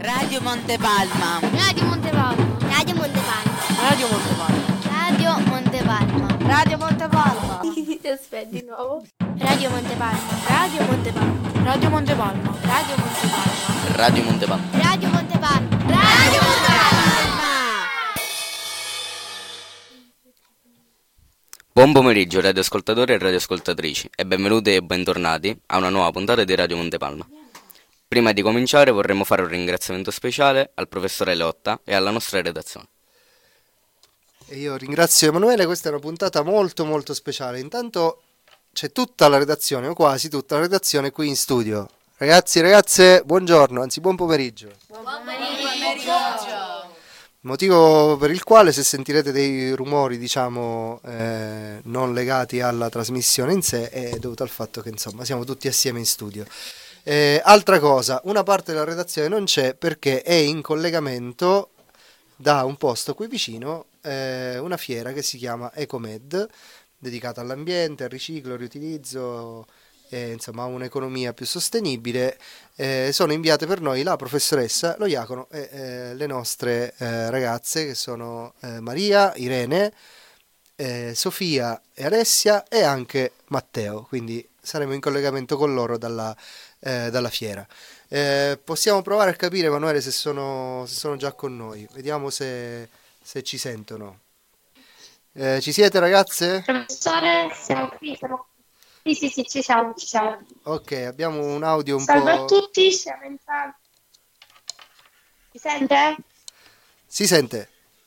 Radio Montepalma. Radio Montepalma. Radio Montepalma. Radio Montepalma. Radio Montepalma. Radio Montepalma. Aspetta di nuovo. Radio Montepalma. Radio Montepalma. Radio Montepalma. Radio Montepalma. Radio Montepalma. Radio Montepalma. Radio Montepalma. Buon pomeriggio radioascoltatori e radioascoltatrici e benvenuti e bentornati a una nuova puntata di Radio Montepalma. Prima di cominciare vorremmo fare un ringraziamento speciale al professore Leotta e alla nostra redazione. E io ringrazio Emanuele, questa è una puntata molto speciale. Intanto c'è tutta la redazione, o quasi tutta la redazione qui in studio. Ragazzi e ragazze, buongiorno, anzi buon pomeriggio. Buon pomeriggio. Motivo per il quale, se sentirete dei rumori, non legati alla trasmissione in sé, è dovuto al fatto che insomma siamo tutti assieme in studio. Altra cosa, una parte della redazione non c'è perché è in collegamento da un posto qui vicino, una fiera che si chiama Ecomed, dedicata all'ambiente, al riciclo, al riutilizzo, insomma a un'economia più sostenibile. Sono inviate per noi la professoressa Lo Iacono e le nostre ragazze che sono Maria, Irene, Sofia e Alessia e anche Matteo, quindi saremo in collegamento con loro dalla fiera. Possiamo provare a capire, Emanuele, se sono già con noi. Vediamo se ci sentono. Ci siete, ragazze? Professore, siamo qui. Sì, ci siamo. Ok, abbiamo un audio un Salve po'... a tutti, stiamo entrando. Si sente? Si sente.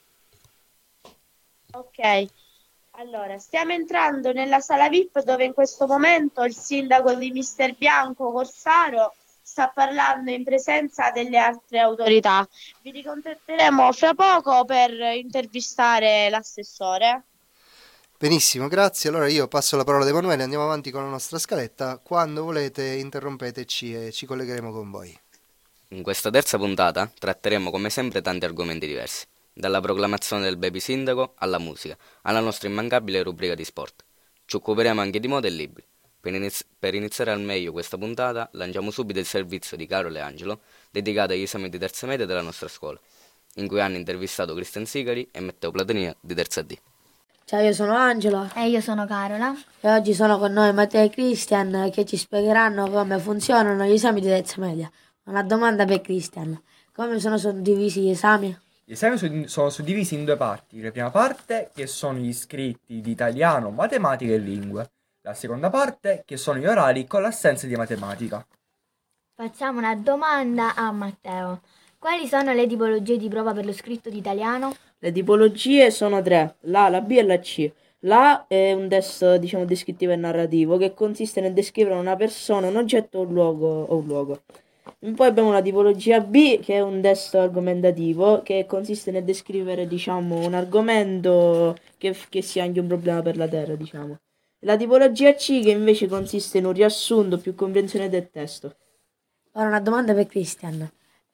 Ok. Allora, stiamo entrando nella sala VIP dove in questo momento il sindaco di Mister Bianco Corsaro sta parlando in presenza delle altre autorità. Vi ricontatteremo fra poco per intervistare l'assessore. Benissimo, grazie. Allora io passo la parola ad Emanuele, andiamo avanti con la nostra scaletta. Quando volete interrompeteci e ci collegheremo con voi. In questa terza puntata tratteremo come sempre tanti argomenti diversi, dalla proclamazione del baby sindaco alla musica, alla nostra immancabile rubrica di sport. Ci occuperemo anche di moda e libri. Per iniziare al meglio questa puntata lanciamo subito il servizio di Carola e Angelo dedicato agli esami di terza media della nostra scuola, in cui hanno intervistato Cristian Sigari e Matteo Platonia di terza D. Ciao, io sono Angela E io sono Carola. e oggi sono con noi Matteo e Cristian che ci spiegheranno come funzionano gli esami di terza media. Una domanda per Cristian: come sono suddivisi gli esami? Gli esami sono suddivisi in due parti. La prima parte, che sono gli scritti di italiano, matematica e lingue. La seconda parte, che sono gli orali con l'assenza di matematica. Facciamo una domanda a Matteo. Quali sono le tipologie di prova per lo scritto di italiano? Le tipologie sono tre, l'A, la B e la C. L'A è un testo, descrittivo e narrativo che consiste nel descrivere una persona, un oggetto o un luogo. Poi abbiamo la tipologia B, che è un testo argomentativo che consiste nel descrivere, un argomento che sia anche un problema per la Terra, La tipologia C, che invece consiste in un riassunto più comprensione del testo. Ora una domanda per Cristian.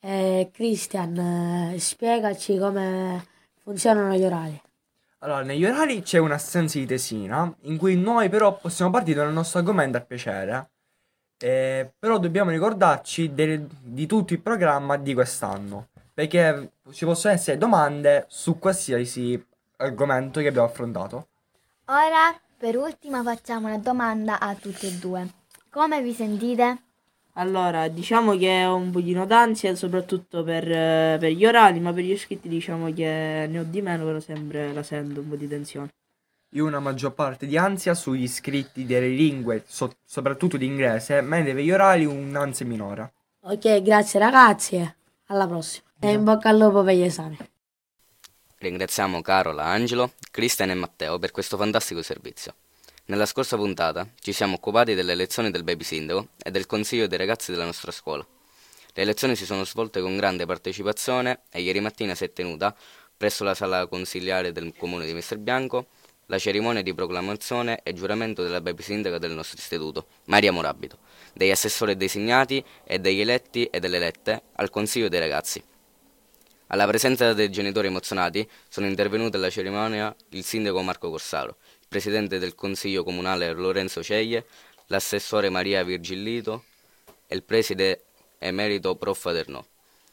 Cristian, spiegaci come funzionano gli orali. Allora, negli orali c'è un'assenza di tesina, in cui noi però possiamo partire dal nostro argomento a piacere. Però dobbiamo ricordarci di tutto il programma di quest'anno, perché ci possono essere domande su qualsiasi argomento che abbiamo affrontato. Ora, per ultima, facciamo una domanda a tutti e due. Come vi sentite? Allora, diciamo che ho un pochino d'ansia, soprattutto per gli orali, ma per gli iscritti diciamo che ne ho di meno, però sempre la sento un po' di tensione. Io ho una maggior parte di ansia sugli scritti delle lingue, soprattutto l'inglese, mentre per gli orali un'ansia minore. Ok, grazie ragazzi, alla prossima. E in bocca al lupo per gli esami. Ringraziamo Carola, Angelo, Cristian e Matteo per questo fantastico servizio. Nella scorsa puntata ci siamo occupati delle elezioni del baby sindaco e del consiglio dei ragazzi della nostra scuola. Le elezioni si sono svolte con grande partecipazione e ieri mattina si è tenuta, presso la sala consigliare del comune di Mister Bianco, la cerimonia di proclamazione e giuramento della baby sindaca del nostro istituto, Maria Morabito, degli assessori designati e degli eletti e delle elette al consiglio dei ragazzi. Alla presenza dei genitori emozionati sono intervenuti alla cerimonia il sindaco Marco Corsaro, il presidente del consiglio comunale Lorenzo Ceglie, l'assessore Maria Virgillito e il preside emerito Prof. Adernò.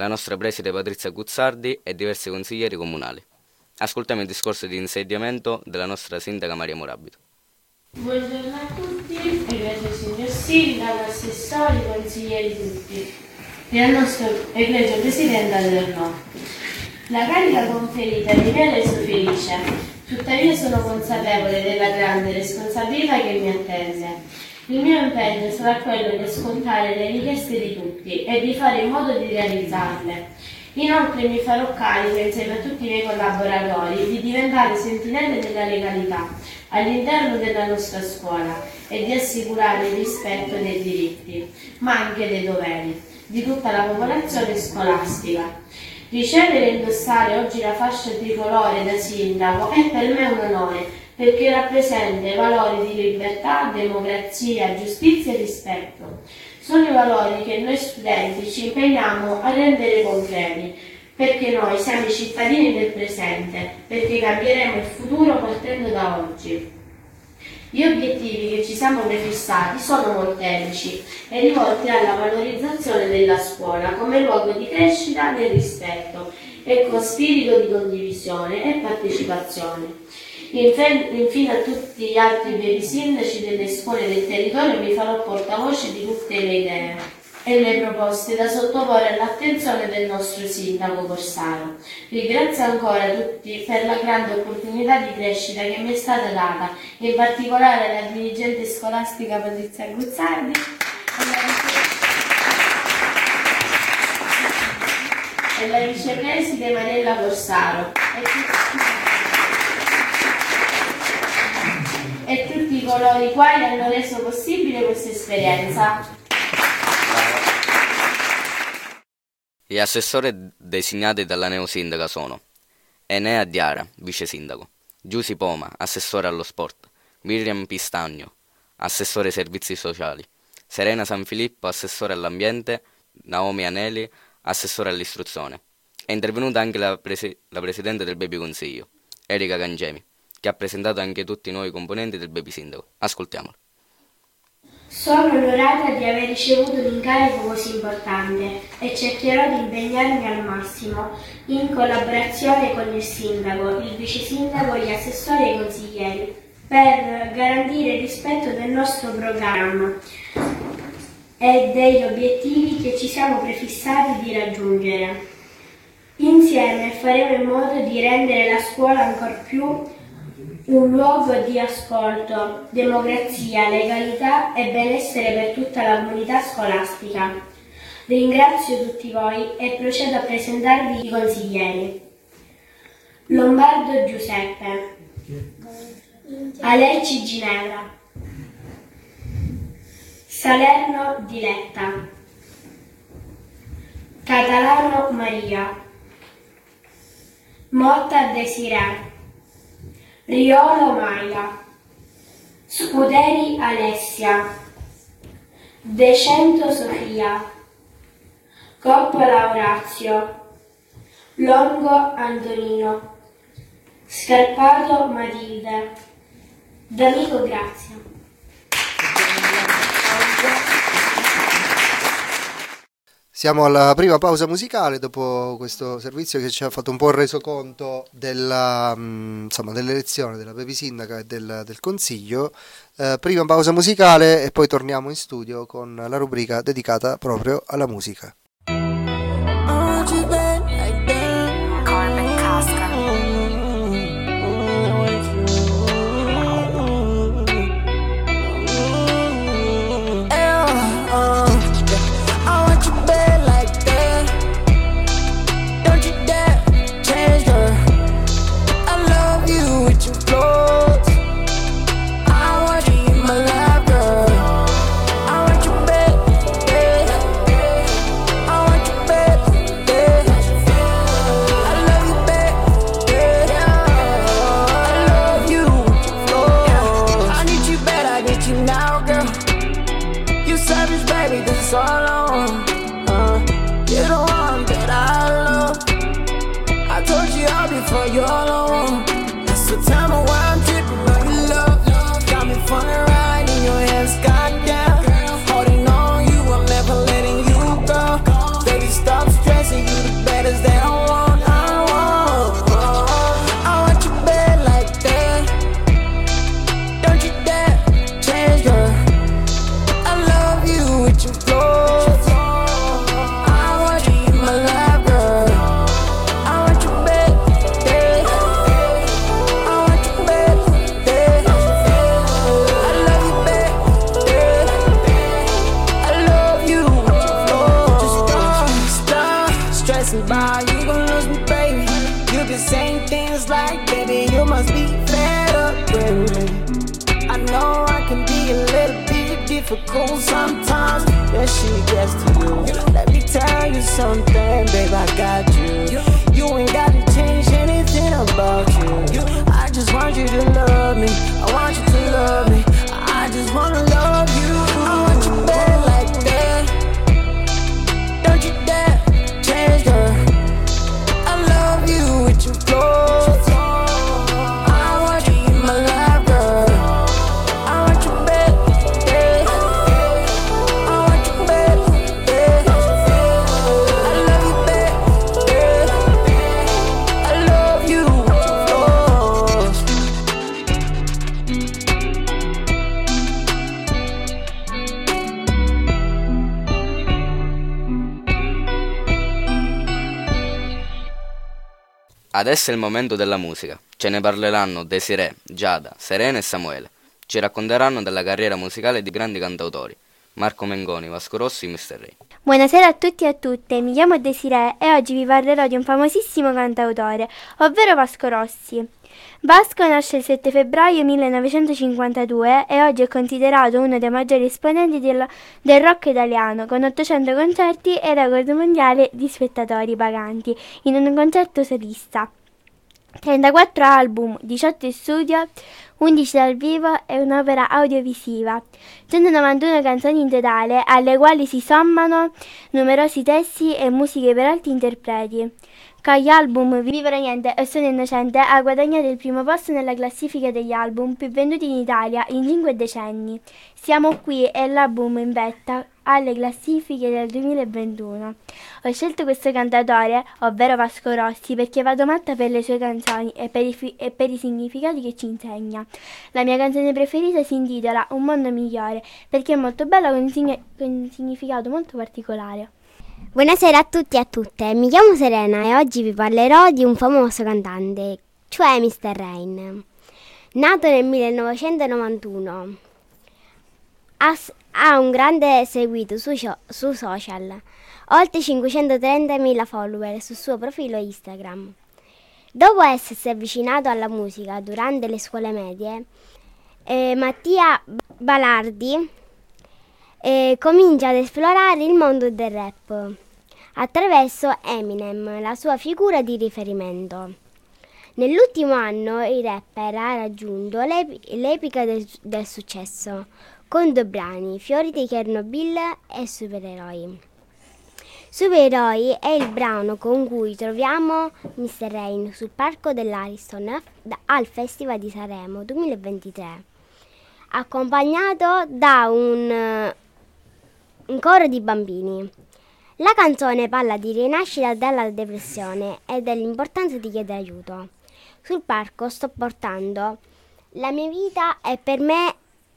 la nostra preside Patrizia Guzzardi e diversi consiglieri comunali. Ascoltiamo il discorso di insediamento della nostra sindaca Maria Morabito. Buongiorno a tutti, egregio signor Sindaco, assessori, consiglieri tutti e al nostro egregio presidente del Nord. La carica conferita mi ha reso felice, tuttavia sono consapevole della grande responsabilità che mi attende. Il mio impegno sarà quello di ascoltare le richieste di tutti e di fare in modo di realizzarle. Inoltre mi farò carico, insieme a tutti i miei collaboratori, di diventare sentinelle della legalità all'interno della nostra scuola e di assicurare il rispetto dei diritti, ma anche dei doveri, di tutta la popolazione scolastica. Ricevere e indossare oggi la fascia tricolore da sindaco è per me un onore, perché rappresenta i valori di libertà, democrazia, giustizia e rispetto. Sono i valori che noi studenti ci impegniamo a rendere concreti, perché noi siamo i cittadini del presente, perché cambieremo il futuro partendo da oggi. Gli obiettivi che ci siamo prefissati sono molteplici e rivolti alla valorizzazione della scuola come luogo di crescita nel rispetto e con spirito di condivisione e partecipazione. Infine a tutti gli altri baby sindaci delle scuole del territorio mi farò portavoce di tutte le idee e le proposte da sottoporre all'attenzione del nostro sindaco Corsaro. Ringrazio ancora tutti per la grande opportunità di crescita che mi è stata data, in particolare alla dirigente scolastica Patrizia Guzzardi e la vicepreside Mariella Corsaro e tutti coloro i quali hanno reso possibile questa esperienza. Gli assessori designati dalla neosindaca sono Enea Diara, vice sindaco, Giusy Poma, assessore allo sport, Miriam Pistagno, assessore ai servizi sociali, Serena Sanfilippo, assessore all'ambiente, Naomi Aneli, assessore all'istruzione. È intervenuta anche la presidente del Baby Consiglio, Erika Cangemi, che ha presentato anche tutti i nuovi componenti del Baby Sindaco. Ascoltiamolo. Sono onorata di aver ricevuto un incarico così importante e cercherò di impegnarmi al massimo in collaborazione con il sindaco, il vice sindaco, gli assessori e i consiglieri per garantire il rispetto del nostro programma e degli obiettivi che ci siamo prefissati di raggiungere. Insieme faremo in modo di rendere la scuola ancor più un luogo di ascolto, democrazia, legalità e benessere per tutta la comunità scolastica. Ringrazio tutti voi e procedo a presentarvi i consiglieri. Lombardo Giuseppe, Alecci Ginevra, Salerno Diletta, Catalano Maria, Motta Desiree, Riolo Maila, Scuderi Alessia, Decento Sofia, Coppola Orazio, Longo Antonino, Scarpato Matilde, D'Amico Grazia. Siamo alla prima pausa musicale dopo questo servizio che ci ha fatto un po' il resoconto dell'elezione della Baby Sindaca e del Consiglio. Prima pausa musicale e poi torniamo in studio con la rubrica dedicata proprio alla musica. difficult sometimes. Yeah, she gets to you. Let me tell you something, babe, I got you. You ain't gotta change anything about you. I just want you to love me. I want you to love me. I just wanna love you. I want you better like that. Don't you dare change, girl. I love you with your flaws. I want you in my life, girl. I want you better. I want you better. I love you better. I love you with your flaws. Adesso è il momento della musica. Ce ne parleranno Desiree, Giada, Serena e Samuele. Ci racconteranno della carriera musicale di grandi cantautori. Marco Mengoni, Vasco Rossi, Mr. Ray. Buonasera a tutti e a tutte, mi chiamo Desiree e oggi vi parlerò di un famosissimo cantautore, ovvero Vasco Rossi. Vasco nasce il 7 febbraio 1952 e oggi è considerato uno dei maggiori esponenti del rock italiano, con 800 concerti e record mondiale di spettatori paganti in un concerto solista. 34 album, 18 in studio, 11 dal vivo e un'opera audiovisiva. 191 canzoni in totale, alle quali si sommano numerosi testi e musiche per altri interpreti. Con gli album Vivere Niente e Sono Innocente ha guadagnato il primo posto nella classifica degli album più venduti in Italia in 5 decenni. Siamo qui è l'album in vetta alle classifiche del 2021. Ho scelto questo cantautore, ovvero Vasco Rossi, perché vado matta per le sue canzoni e per i significati che ci insegna. La mia canzone preferita si intitola Un mondo migliore, perché è molto bella con un significato molto particolare. Buonasera a tutti e a tutte, mi chiamo Serena e oggi vi parlerò di un famoso cantante, cioè Mr. Rain. Nato nel 1991, ha un grande seguito su social, oltre 530.000 follower sul suo profilo Instagram. Dopo essersi avvicinato alla musica durante le scuole medie, Mattia Balardi comincia ad esplorare il mondo del rap attraverso Eminem, la sua figura di riferimento. Nell'ultimo anno il rapper ha raggiunto l'epica del successo con 2 brani, Fiori di Chernobyl e Supereroi. Supereroi è il brano con cui troviamo Mr. Rain sul palco dell'Ariston al Festival di Sanremo 2023, accompagnato da un coro di bambini. La canzone parla di rinascita dalla depressione e dell'importanza di chiedere aiuto. Sul palco sto portando la mia vita e per me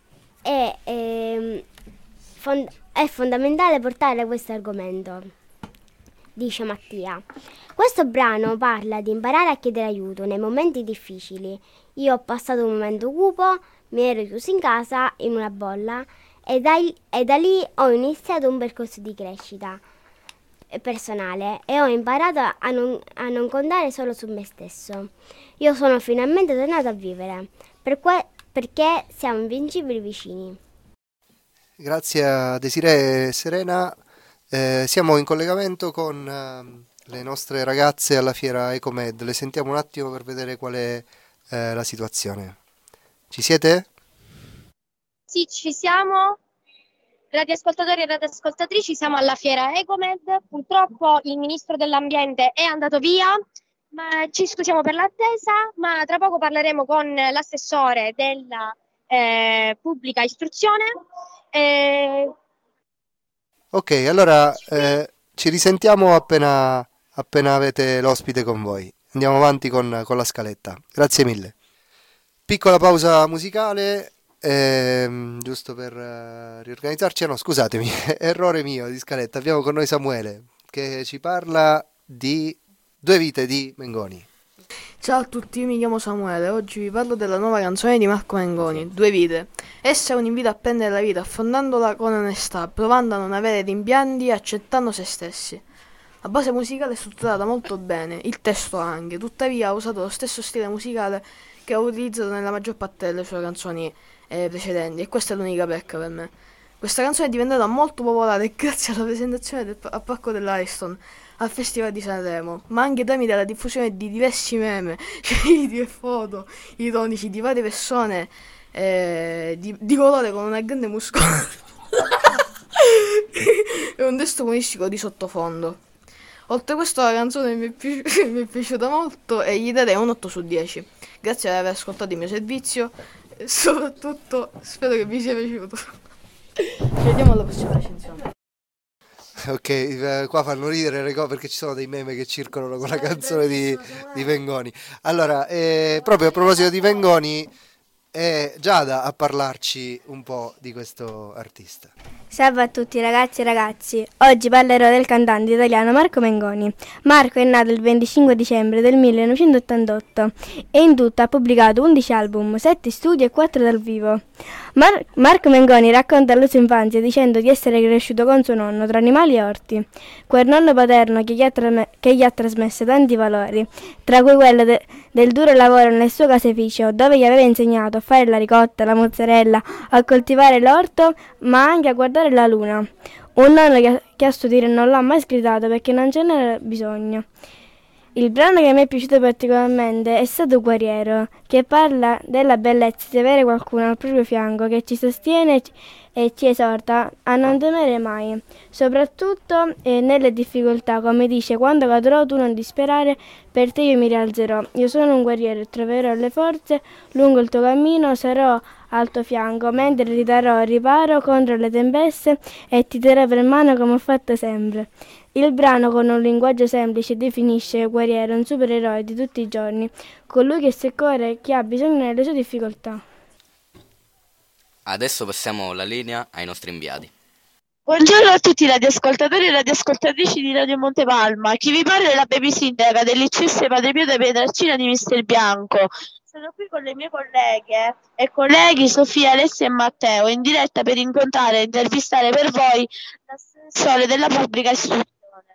è fondamentale portare questo argomento, dice Mattia. Questo brano parla di imparare a chiedere aiuto nei momenti difficili. Io ho passato un momento cupo, mi ero chiuso in casa in una bolla e da lì ho iniziato un percorso di crescita personale e ho imparato a non contare solo su me stesso. Io sono finalmente tornato a vivere, perché siamo invincibili vicini. Grazie a Desiree e Serena. Siamo in collegamento con le nostre ragazze alla fiera Ecomed. Le sentiamo un attimo per vedere qual è la situazione. Ci siete? Sì, ci siamo. Radioascoltatori e radioascoltatrici, siamo alla fiera Ecomed. Purtroppo il ministro dell'ambiente è andato via, ma ci scusiamo per l'attesa, ma tra poco parleremo con l'assessore della pubblica istruzione. Ok, allora ci risentiamo appena avete l'ospite con voi. Andiamo avanti con la scaletta. Grazie mille. Piccola pausa musicale. Giusto per riorganizzarci. No, scusatemi, errore mio di scaletta. Abbiamo con noi Samuele che ci parla di Due vite di Mengoni. Ciao a tutti, io mi chiamo Samuele. Oggi vi parlo della nuova canzone di Marco Mengoni, Due vite. Essa è un invito a prendere la vita affondandola con onestà, provando a non avere rimpianti e accettando se stessi. La base musicale è strutturata molto bene, il testo anche, tuttavia ha usato lo stesso stile musicale che ho utilizzato nella maggior parte delle sue canzoni precedenti, e questa è l'unica pecca per me. Questa canzone è diventata molto popolare grazie alla presentazione al Parco dell'Ariston al Festival di Sanremo, ma anche tramite la diffusione di diversi meme, video e foto ironici di varie persone di colore con una grande muscolatura e un testo umoristico di sottofondo. Oltre a questo la canzone mi è piaciuta molto e gli darei un 8 su 10. Grazie per aver ascoltato il mio servizio e soprattutto spero che vi sia piaciuto. Ci vediamo alla prossima recensione. Ok, qua fanno ridere le cose perché ci sono dei meme che circolano con la canzone di Vengoni. Allora, proprio a proposito di Vengoni, è Giada a parlarci un po' di questo artista. Salve a tutti ragazzi e ragazzi, oggi parlerò del cantante italiano Marco Mengoni. Marco è nato il 25 dicembre del 1988 e in tutto ha pubblicato 11 album, 7 studio e 4 dal vivo. Marco Mengoni racconta la sua infanzia dicendo di essere cresciuto con suo nonno tra animali e orti, quel nonno paterno che gli ha trasmesso tanti valori, tra cui quello del duro lavoro nel suo caseificio, dove gli aveva insegnato a fare la ricotta, la mozzarella, a coltivare l'orto, ma anche a guardare la luna. Un nonno che a suo dire non l'ha mai sgridato perché non ce n'era bisogno. Il brano che mi è piaciuto particolarmente è stato Guerriero, che parla della bellezza di avere qualcuno al proprio fianco che ci sostiene e ci esorta a non temere mai, soprattutto nelle difficoltà, come dice: quando cadrò tu non disperare, per te io mi rialzerò, io sono un guerriero e troverò le forze, lungo il tuo cammino sarò al tuo fianco, mentre ti darò riparo contro le tempeste e ti terrò per mano come ho fatto sempre. Il brano, con un linguaggio semplice, definisce Guerriero un supereroe di tutti i giorni, colui che soccorre chi ha bisogno nelle sue difficoltà. Adesso passiamo la linea ai nostri inviati. Buongiorno a tutti i radioascoltatori e radioascoltatrici di Radio Montepalma. Chi vi parla è la baby sindaca del liceo Padre Pio da Pietrelcina di Mister Bianco. Sono qui con le mie colleghe e colleghi Sofia, Alessia e Matteo in diretta per incontrare e intervistare per voi l'assessore della pubblica istruzione.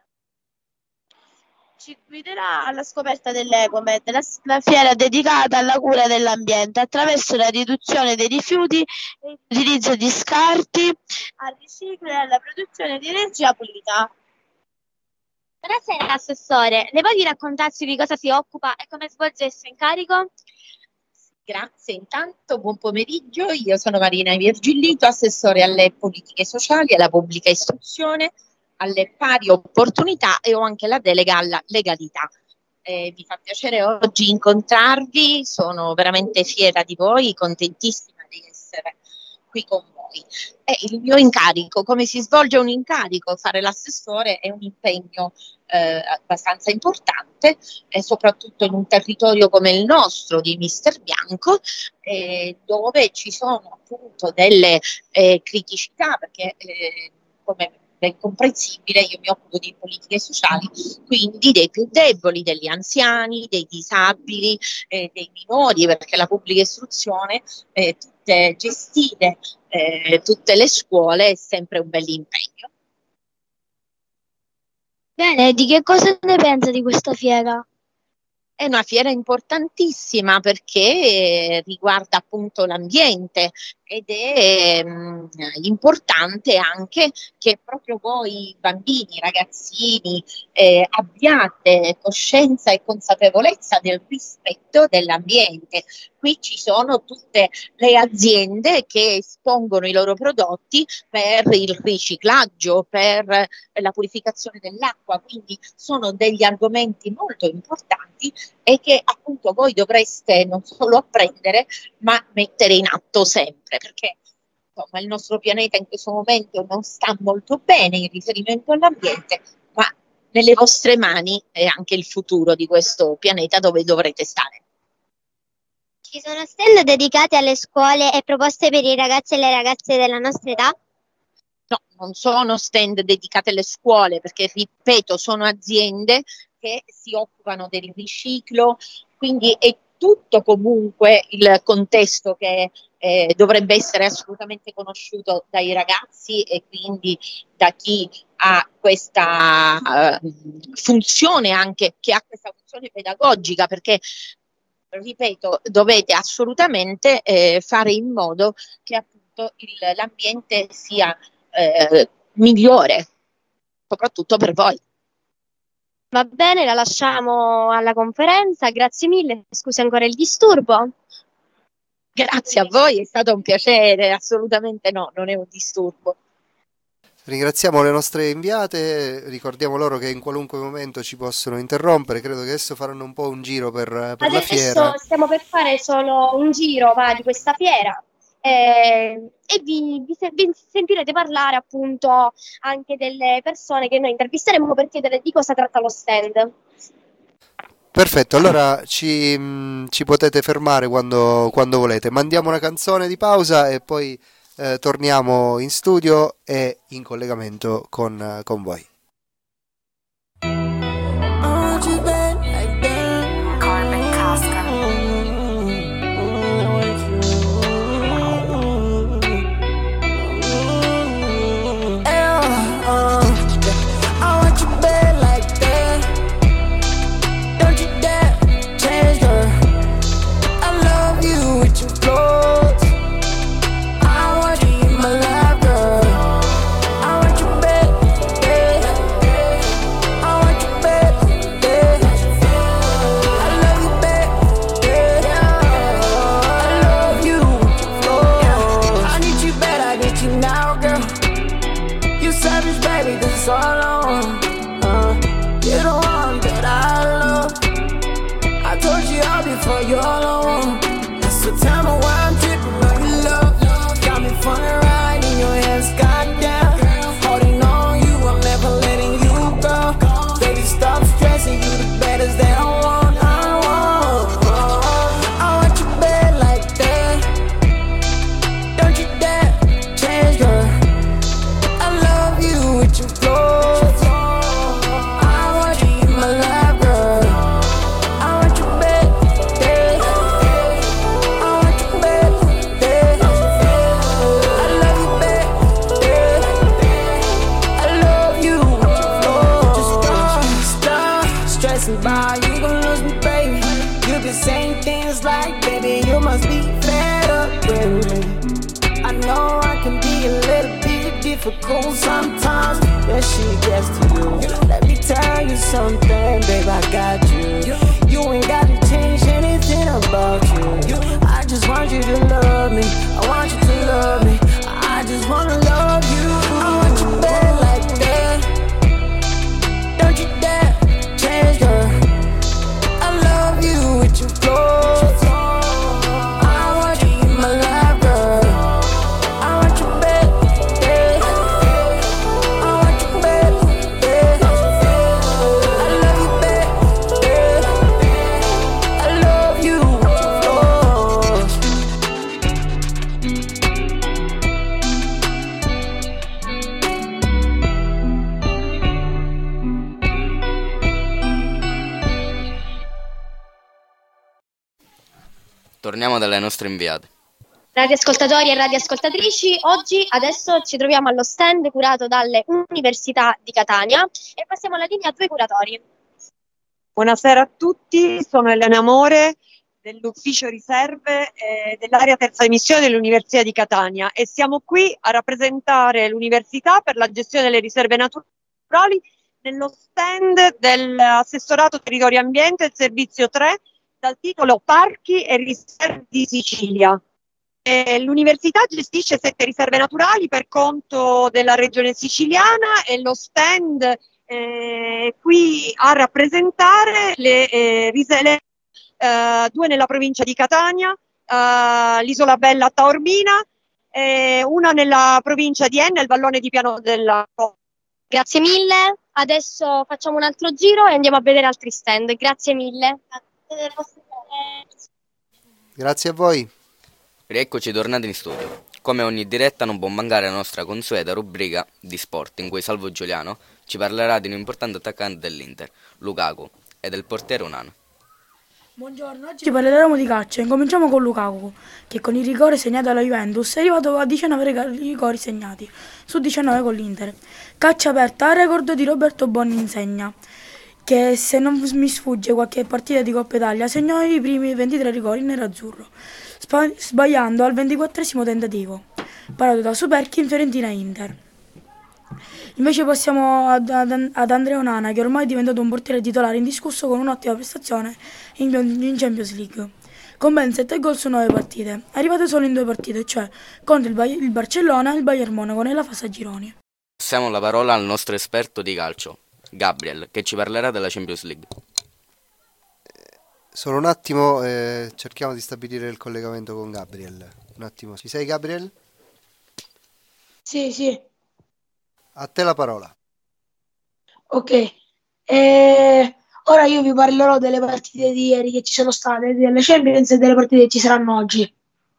Ci guiderà alla scoperta dell'Ecomed, la fiera dedicata alla cura dell'ambiente attraverso la riduzione dei rifiuti e l'utilizzo di scarti, al riciclo e alla produzione di energia pulita. Buonasera Assessore, le vuoi raccontarci di cosa si occupa e come svolge il suo incarico? Grazie, intanto buon pomeriggio, io sono Marina Virgillito, assessore alle politiche sociali, alla pubblica istruzione, alle pari opportunità e ho anche la delega alla legalità. Vi fa piacere oggi incontrarvi, sono veramente fiera di voi, contentissima di essere qui con voi. Il mio incarico, come si svolge un incarico? Fare l'assessore è un impegno abbastanza importante, soprattutto in un territorio come il nostro di Mister Bianco, dove ci sono appunto delle criticità, perché come è comprensibile, io mi occupo di politiche sociali, quindi dei più deboli, degli anziani, dei disabili, dei minori, perché la pubblica istruzione, gestire tutte le scuole è sempre un bell'impegno. Bene, di che cosa ne pensa di questa fiera? È una fiera importantissima perché riguarda appunto l'ambiente ed è importante anche che proprio voi bambini, ragazzini abbiate coscienza e consapevolezza del rispetto dell'ambiente. Qui ci sono tutte le aziende che espongono i loro prodotti per il riciclaggio, per la purificazione dell'acqua, quindi sono degli argomenti molto importanti e che appunto voi dovreste non solo apprendere ma mettere in atto sempre, perché insomma il nostro pianeta in questo momento non sta molto bene in riferimento all'ambiente, ma nelle vostre mani è anche il futuro di questo pianeta dove dovrete stare. Ci sono stand dedicati alle scuole e proposte per i ragazzi e le ragazze della nostra età? No, non sono stand dedicati alle scuole perché, ripeto, sono aziende che si occupano del riciclo, quindi è tutto comunque il contesto che dovrebbe essere assolutamente conosciuto dai ragazzi e quindi da chi ha questa funzione, anche che ha questa funzione pedagogica, perché ripeto, dovete assolutamente fare in modo che appunto appunto l'ambiente sia migliore, soprattutto per voi. Va bene, la lasciamo alla conferenza. Grazie mille, scusi ancora il disturbo. Grazie a voi, è stato un piacere, assolutamente no, non è un disturbo. Ringraziamo le nostre inviate, ricordiamo loro che in qualunque momento ci possono interrompere, credo che adesso faranno un po' un giro per la fiera. Adesso stiamo per fare solo un giro di questa fiera e vi sentirete parlare appunto anche delle persone che noi intervisteremo per chiedere di cosa tratta lo stand. Perfetto, allora ci potete fermare quando volete. Mandiamo una canzone di pausa e poi torniamo in studio e in collegamento con voi. Difficult sometimes when she gets to you. Let me tell you something, babe, I got you. You ain't got to change anything about you. I just want you to love me. I want you to love me. I just wanna love you. I want you bad like that. Don't you dare change, girl. I love you with your flaws. I want you in my life, girl. I want you bad. Torniamo dalle nostre inviate. Radioascoltatori e radioascoltatrici, adesso ci troviamo allo stand curato dalle Università di Catania e passiamo alla linea a due curatori. Buonasera a tutti, sono Elena Amore dell'Ufficio Riserve dell'area terza emissione dell'Università di Catania e siamo qui a rappresentare l'Università per la gestione delle riserve naturali nello stand dell'Assessorato Territorio Ambiente del Servizio 3 dal titolo Parchi e Riserve di Sicilia. L'università gestisce 7 riserve naturali per conto della regione siciliana e lo stand qui a rappresentare le riserve, 2 nella provincia di Catania, l'Isola Bella a Taormina e una nella provincia di Enna, il vallone di Piano della. Grazie mille, adesso facciamo un altro giro e andiamo a vedere altri stand. Grazie mille. Grazie a voi. Rieccoci tornati in studio. Come ogni diretta non può mancare la nostra consueta rubrica di sport in cui Salvo Giuliano ci parlerà di un importante attaccante dell'Inter, Lukaku, e del portiere Onana. Buongiorno, oggi parleremo di calcio. Incominciamo con Lukaku, che con il rigore segnato alla Juventus è arrivato a 19 rigori segnati, su 19 con l'Inter. Caccia aperta, record di Roberto Bonni Insegna, che se non mi sfugge qualche partita di Coppa Italia segnò i primi 23 rigori nerazzurro, sbagliando al 24esimo tentativo. parato da Superchi in Fiorentina e Inter. Invece passiamo ad Andrea Onana, che ormai è diventato un portiere titolare indiscusso con un'ottima prestazione in Champions League, con ben 7 gol su 9 partite, arrivate solo in 2 partite, cioè contro il Barcellona e il Bayern Monaco nella fase a gironi. Passiamo la parola al nostro esperto di calcio, Gabriel, che ci parlerà della Champions League. Solo un attimo, cerchiamo di stabilire il collegamento con Gabriel. Un attimo, ci sei Gabriel? Sì, sì. A te la parola. Ok. Ora io vi parlerò delle partite di ieri che ci sono state, delle Champions e delle partite che ci saranno oggi.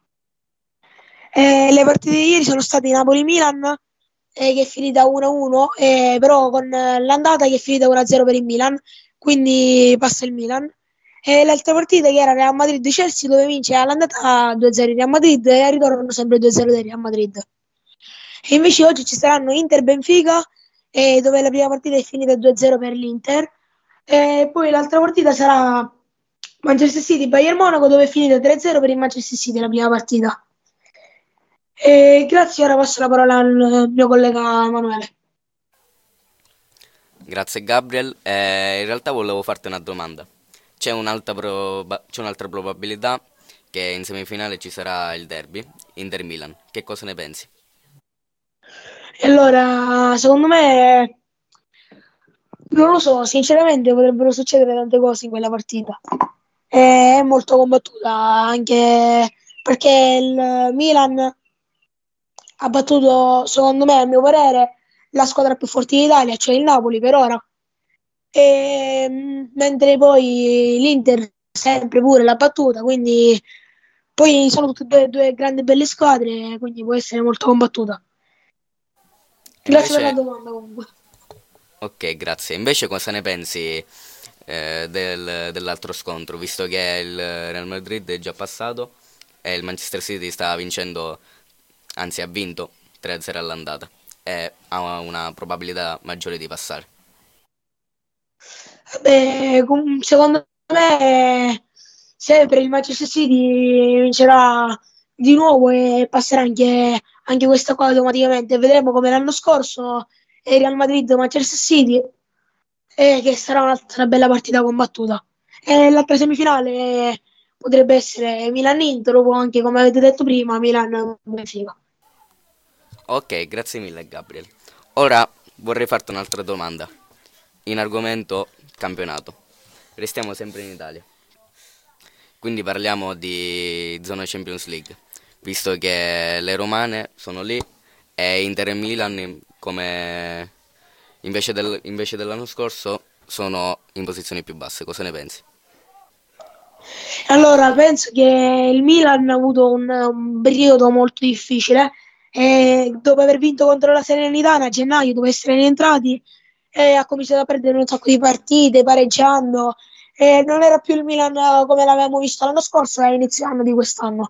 Le partite di ieri sono state Napoli-Milan, che è finita 1-1, però con l'andata che è finita 1-0 per il Milan, quindi passa il Milan. E le altre partite che era Real Madrid-Chelsea, dove vince all'andata 2-0 il Real Madrid e al ritorno sempre 2-0 del Real Madrid. E invece oggi ci saranno Inter-Benfica, dove la prima partita è finita 2-0 per l'Inter, e poi l'altra partita sarà Manchester City-Bayern Monaco, dove è finita 3-0 per il Manchester City la prima partita. Grazie, ora passo la parola al mio collega Emanuele. Grazie Gabriel. In realtà volevo farti una domanda. C'è un'altra probabilità che in semifinale ci sarà il derby Inter-Milan. Che cosa ne pensi? E allora, secondo me, non lo so, sinceramente potrebbero succedere tante cose in quella partita. È molto combattuta, anche perché il Milan ha battuto, secondo me, a mio parere, la squadra più forte d'Italia, cioè il Napoli per ora. Mentre poi l'Inter sempre pure l'ha battuta, quindi poi sono tutte due grandi belle squadre, quindi può essere molto combattuta. Grazie per la domanda comunque. Ok, grazie. Invece cosa ne pensi dell'altro scontro, visto che il Real Madrid è già passato e il Manchester City sta vincendo, anzi ha vinto 3-0 all'andata e ha una probabilità maggiore di passare? Beh, secondo me sempre il Manchester City vincerà di nuovo e passerà anche questa qua automaticamente. Vedremo come l'anno scorso il Real Madrid-Manchester City, che sarà un'altra bella partita combattuta. E l'altra semifinale potrebbe essere Milan-Inter o anche, come avete detto prima, Milan-Benfica. Ok, grazie mille Gabriel. Ora vorrei farti un'altra domanda in argomento campionato. Restiamo sempre in Italia, quindi parliamo di zona Champions League, visto che le romane sono lì e Inter e Milan, come invece dell'anno scorso, sono in posizioni più basse. Cosa ne pensi? Allora, penso che il Milan ha avuto un periodo molto difficile e dopo aver vinto contro la Salernitana a gennaio, dove essere rientrati, ha cominciato a perdere un sacco di partite, pareggiando, e non era più il Milan come l'avevamo visto l'anno scorso e a inizio anno di quest'anno.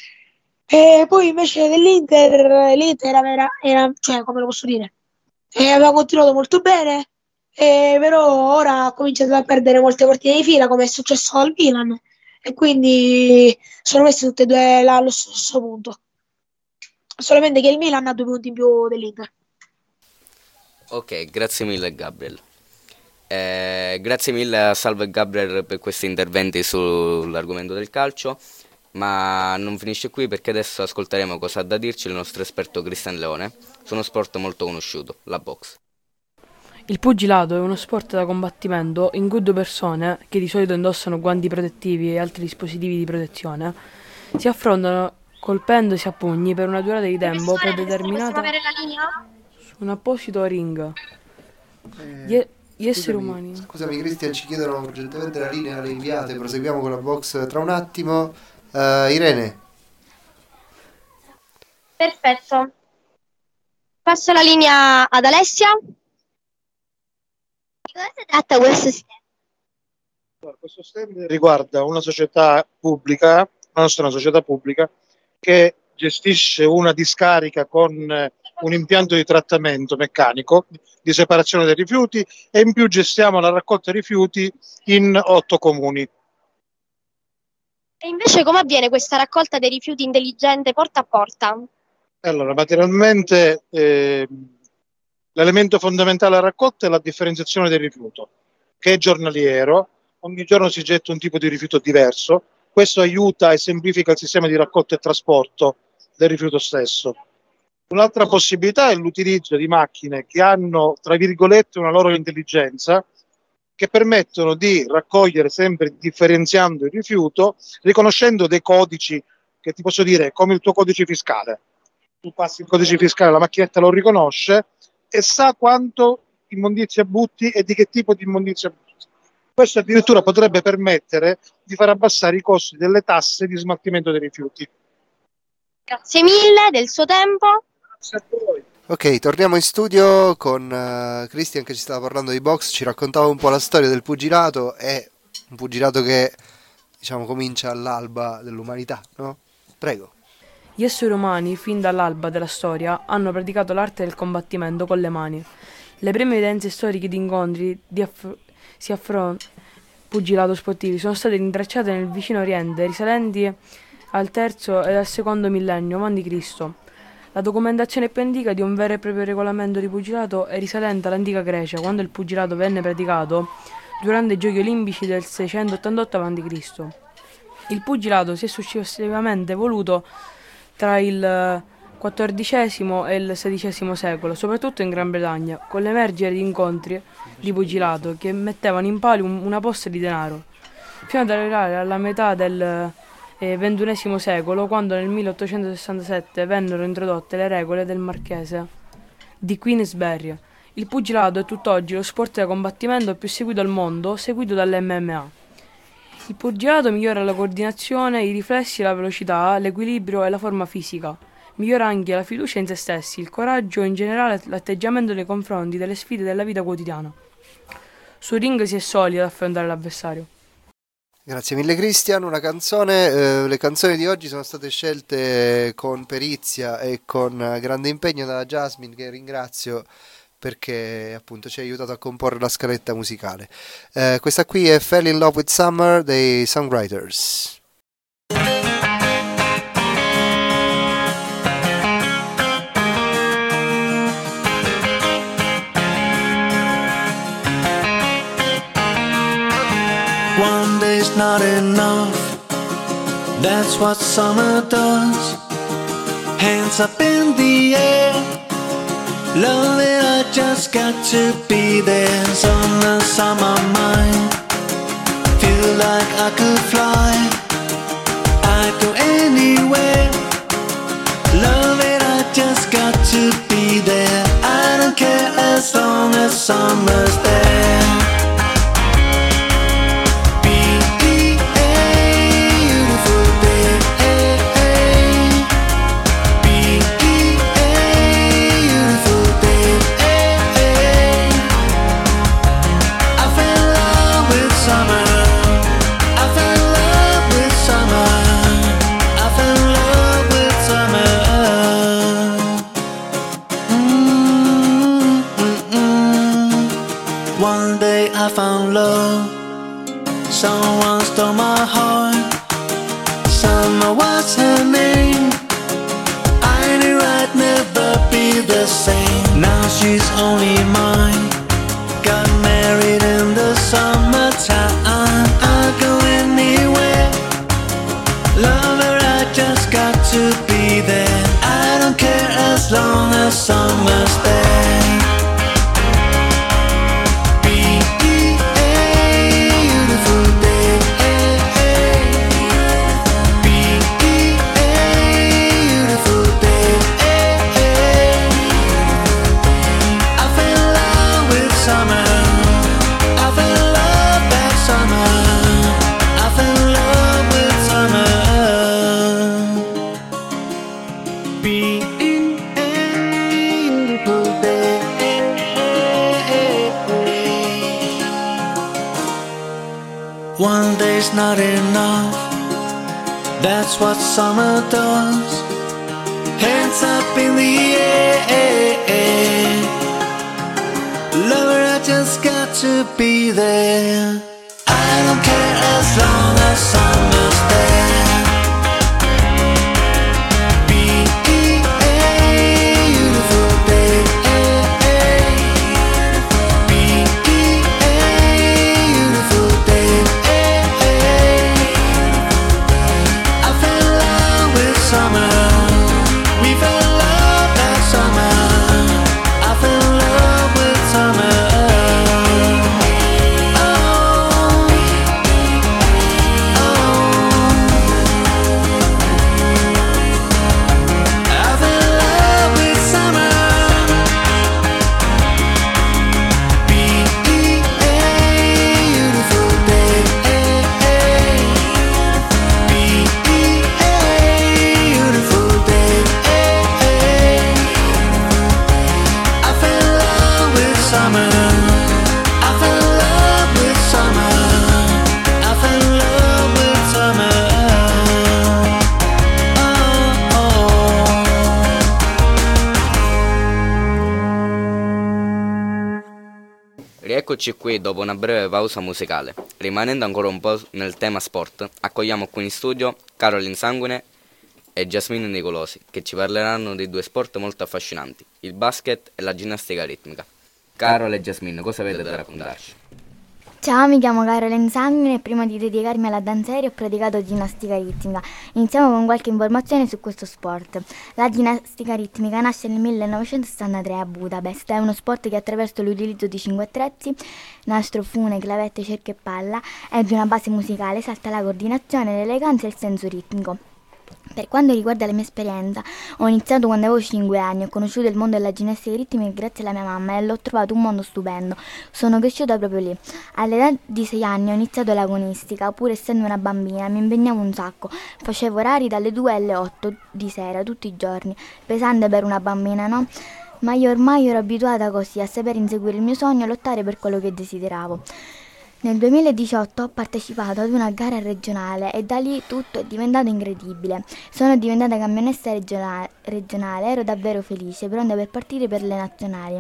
E poi invece dell'Inter, l'Inter era, cioè, come lo posso dire, aveva continuato molto bene, però ora ha cominciato a perdere molte partite di fila, come è successo al Milan, e quindi sono messe tutte e due là allo stesso punto. Solamente che il Milan ha 2 punti in più dell'Inter. Ok, grazie mille Gabriel. Grazie mille a Salvo e Gabriel per questi interventi sull'argomento del calcio, ma non finisce qui, perché adesso ascolteremo cosa ha da dirci il nostro esperto Cristian Leone su uno sport molto conosciuto, la boxe. Il pugilato è uno sport da combattimento in cui 2 persone, che di solito indossano guanti protettivi e altri dispositivi di protezione, si affrontano colpendosi a pugni per una durata di tempo predeterminata su un apposito ring. Gli esseri umani. Scusami Cristian, ci chiedono urgentemente la linea, le inviate, proseguiamo con la box tra un attimo. Irene. Perfetto. Passo la linea ad Alessia. Di cosa si tratta questo sistema? Questo stand riguarda una società pubblica, la nostra è una società pubblica, che gestisce una discarica con un impianto di trattamento meccanico di separazione dei rifiuti, e in più gestiamo la raccolta rifiuti in 8 comuni. E invece come avviene questa raccolta dei rifiuti intelligente porta a porta? Allora, materialmente l'elemento fondamentale della raccolta è la differenziazione del rifiuto, che è giornaliero, ogni giorno si getta un tipo di rifiuto diverso, questo aiuta e semplifica il sistema di raccolta e trasporto del rifiuto stesso. Un'altra possibilità è l'utilizzo di macchine che hanno, tra virgolette, una loro intelligenza, che permettono di raccogliere sempre differenziando il rifiuto, riconoscendo dei codici che ti posso dire, come il tuo codice fiscale. Tu passi il codice fiscale, la macchinetta lo riconosce e sa quanto immondizia butti e di che tipo di immondizia butti. Questo addirittura potrebbe permettere di far abbassare i costi delle tasse di smaltimento dei rifiuti. Grazie mille del suo tempo. Grazie a voi. Ok, torniamo in studio con Christian che ci stava parlando di box, ci raccontava un po' la storia del pugilato, è un pugilato che diciamo comincia all'alba dell'umanità, no? Prego. Gli esseri umani, fin dall'alba della storia, hanno praticato l'arte del combattimento con le mani. Le prime evidenze storiche di incontri pugilato sportivi sono state rintracciate nel vicino Oriente, risalenti al III e al II millennio a.C. La documentazione più antica di un vero e proprio regolamento di pugilato è risalente all'antica Grecia, quando il pugilato venne praticato durante i Giochi Olimpici del 688 a.C. Il pugilato si è successivamente evoluto tra il XIV e il XVI secolo, soprattutto in Gran Bretagna, con l'emergere di incontri di pugilato che mettevano in palio una posta di denaro, fino ad arrivare alla metà del XXI secolo, quando nel 1867 vennero introdotte le regole del marchese di Queensberry. Il pugilato è tutt'oggi lo sport da combattimento più seguito al mondo, seguito dall'MMA. Il pugilato migliora la coordinazione, i riflessi, la velocità, l'equilibrio e la forma fisica. Migliora anche la fiducia in se stessi, il coraggio e in generale l'atteggiamento nei confronti delle sfide della vita quotidiana. Sul ring si è solidi ad affrontare l'avversario. Grazie mille Christian, una canzone, le canzoni di oggi sono state scelte con perizia e con grande impegno da Jasmine, che ringrazio perché appunto ci ha aiutato a comporre la scaletta musicale. Questa qui è Fell in Love with Summer dei Songwriters. One day's not enough, that's what summer does. Hands up in the air, love it, I just got to be there. Summer's on my mind, feel like I could fly, I'd go anywhere. Love it, I just got to be there. I don't care as long as summer's there. One day I found love, someone stole my heart. Summer was her name, I knew I'd never be the same. Now she's only mine, got married in the summertime. I'll go anywhere, love her, I just got to be there. I don't care as long as summer's there. One day's not enough, that's what summer does. Hands up in the air, lover, I just got to be there. I don't care as long as summer's there. B-E-A Eccoci qui dopo una breve pausa musicale. Rimanendo ancora un po' nel tema sport, accogliamo qui in studio Caroline Sanguine e Jasmine Nicolosi, che ci parleranno di due sport molto affascinanti, il basket e la ginnastica ritmica. Carol e Jasmine, cosa avete da raccontarci? Ciao, mi chiamo Caroline Sanguine e prima di dedicarmi alla danza aerea ho praticato ginnastica ritmica. Iniziamo con qualche informazione su questo sport. La ginnastica ritmica nasce nel 1963 a Budapest. È uno sport che attraverso l'utilizzo di 5 attrezzi, nastro, fune, clavette, cerchio e palla, e di una base musicale esalta la coordinazione, l'eleganza e il senso ritmico. Per quanto riguarda la mia esperienza, ho iniziato quando avevo 5 anni, ho conosciuto il mondo della ginnastica ritmica grazie alla mia mamma e l'ho trovato un mondo stupendo. Sono cresciuta proprio lì. All'età di 6 anni ho iniziato l'agonistica, pur essendo una bambina mi impegnavo un sacco. Facevo orari dalle 2 alle 8 di sera tutti i giorni, pesante per una bambina, no? Ma io ormai ero abituata così, a saper inseguire il mio sogno e lottare per quello che desideravo. Nel 2018 ho partecipato ad una gara regionale e da lì tutto è diventato incredibile. Sono diventata campionessa regionale, ero davvero felice, pronta per partire per le nazionali.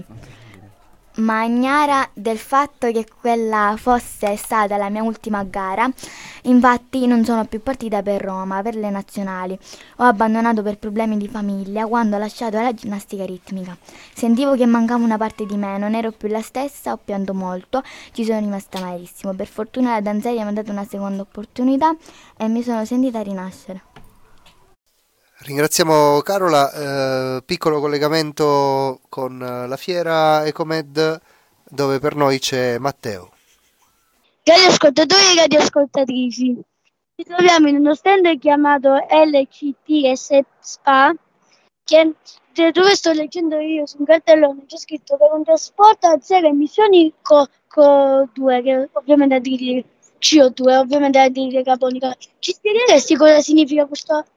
Ma ignara del fatto che quella fosse stata la mia ultima gara, infatti non sono più partita per Roma, per le nazionali. Ho abbandonato per problemi di famiglia quando ho lasciato la ginnastica ritmica. Sentivo che mancava una parte di me, non ero più la stessa, ho pianto molto, ci sono rimasta malissimo. Per fortuna la danza aerea mi ha dato una seconda opportunità e mi sono sentita rinascere. Ringraziamo Carola, piccolo collegamento con la fiera Ecomed dove per noi c'è Matteo. Cari ascoltatori e cari ascoltatrici, ci troviamo in uno stand chiamato LCT SPA, dove sto leggendo io su un cartellone, c'è scritto per un trasporto a zero emissioni CO2, che ovviamente è di CO2, ovviamente è di carbonica. Ci spiegheresti cosa significa questa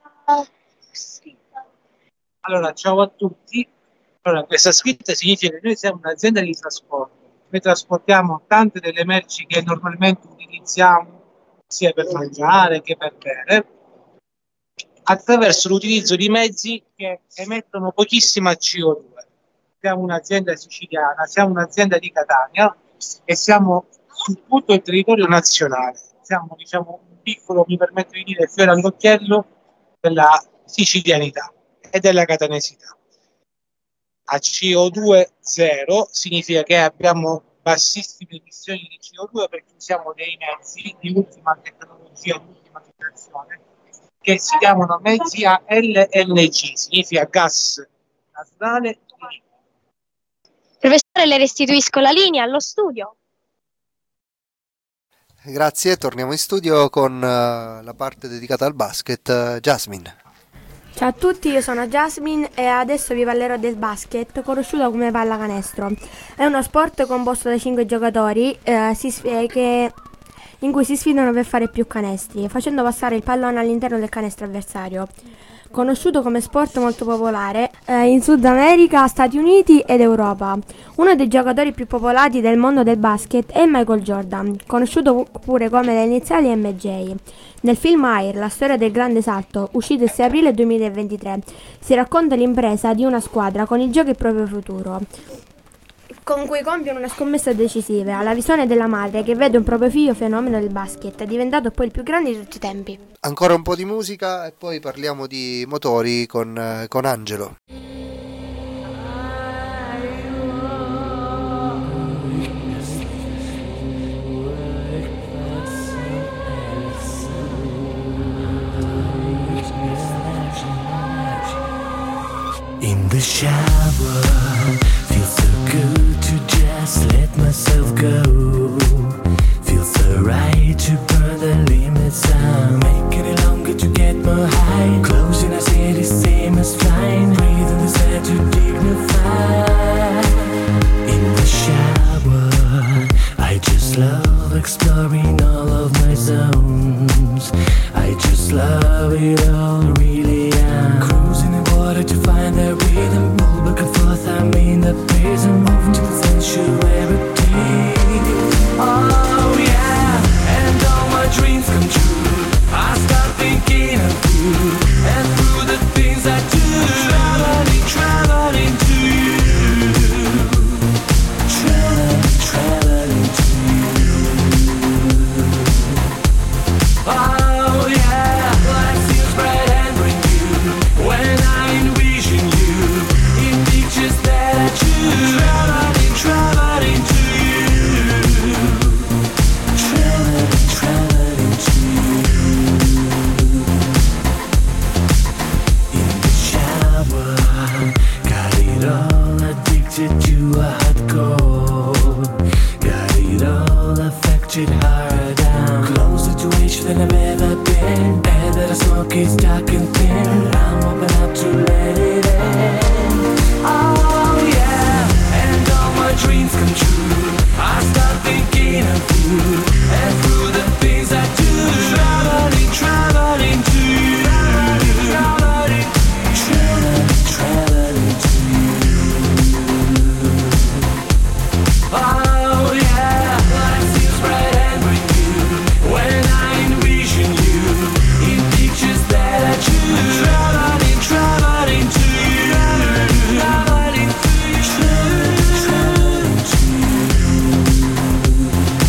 scritta? Allora, ciao a tutti. Allora, questa scritta significa che noi siamo un'azienda di trasporto. Noi trasportiamo tante delle merci che normalmente utilizziamo sia per mangiare che per bere attraverso l'utilizzo di mezzi che emettono pochissima CO2. Siamo un'azienda siciliana, siamo un'azienda di Catania e siamo su tutto il territorio nazionale. Siamo, diciamo, un piccolo, mi permetto di dire, fiore all'occhiello della sicilianità e della catanesità. A CO2 zero significa che abbiamo bassissime emissioni di CO2 perché usiamo dei mezzi di ultima tecnologia, di ultima generazione, che si chiamano mezzi a LNG, significa gas naturale. Professore, le restituisco la linea allo studio. Grazie, torniamo in studio con la parte dedicata al basket. Jasmine. Ciao a tutti, io sono Jasmine e adesso vi parlerò del basket, conosciuto come pallacanestro. È uno sport composto da 5 giocatori in cui si sfidano per fare più canestri, facendo passare il pallone all'interno del canestro avversario. Conosciuto come sport molto popolare in Sud America, Stati Uniti ed Europa. Uno dei giocatori più popolati del mondo del basket è Michael Jordan, conosciuto pure come le iniziali MJ. Nel film Air, la storia del grande salto, uscito il 6 aprile 2023, si racconta l'impresa di una squadra con il gioco il proprio futuro, con cui compiono una scommessa decisiva, alla visione della madre che vede un proprio figlio fenomeno del basket, diventato poi il più grande di tutti i tempi. Ancora un po' di musica e poi parliamo di motori con Angelo. In the shower, feels so good to just let myself go. Feels so right to burn the limits out. Making it longer to get more high. Closing eyes, it is same as flying. Breathing this air to dignify. In the shower, I just love exploring all of my zones. I just love it all, really am. Cruising the water to find the rhythm. Roll back and forth, I'm in the prison. Moving to the sensuality. Oh yeah, and all my dreams come true. I start thinking of you, and through the things I do, traveling to you. Traveling gets dark and thin, I'm hoping not to let it end. Oh yeah, and all my dreams come true. I start thinking of you, and through the things I do, traveling to you, traveling to you. Oh yeah, life seems bright and with you when I envision you in pictures that I choose. Traveling to you, traveling to you.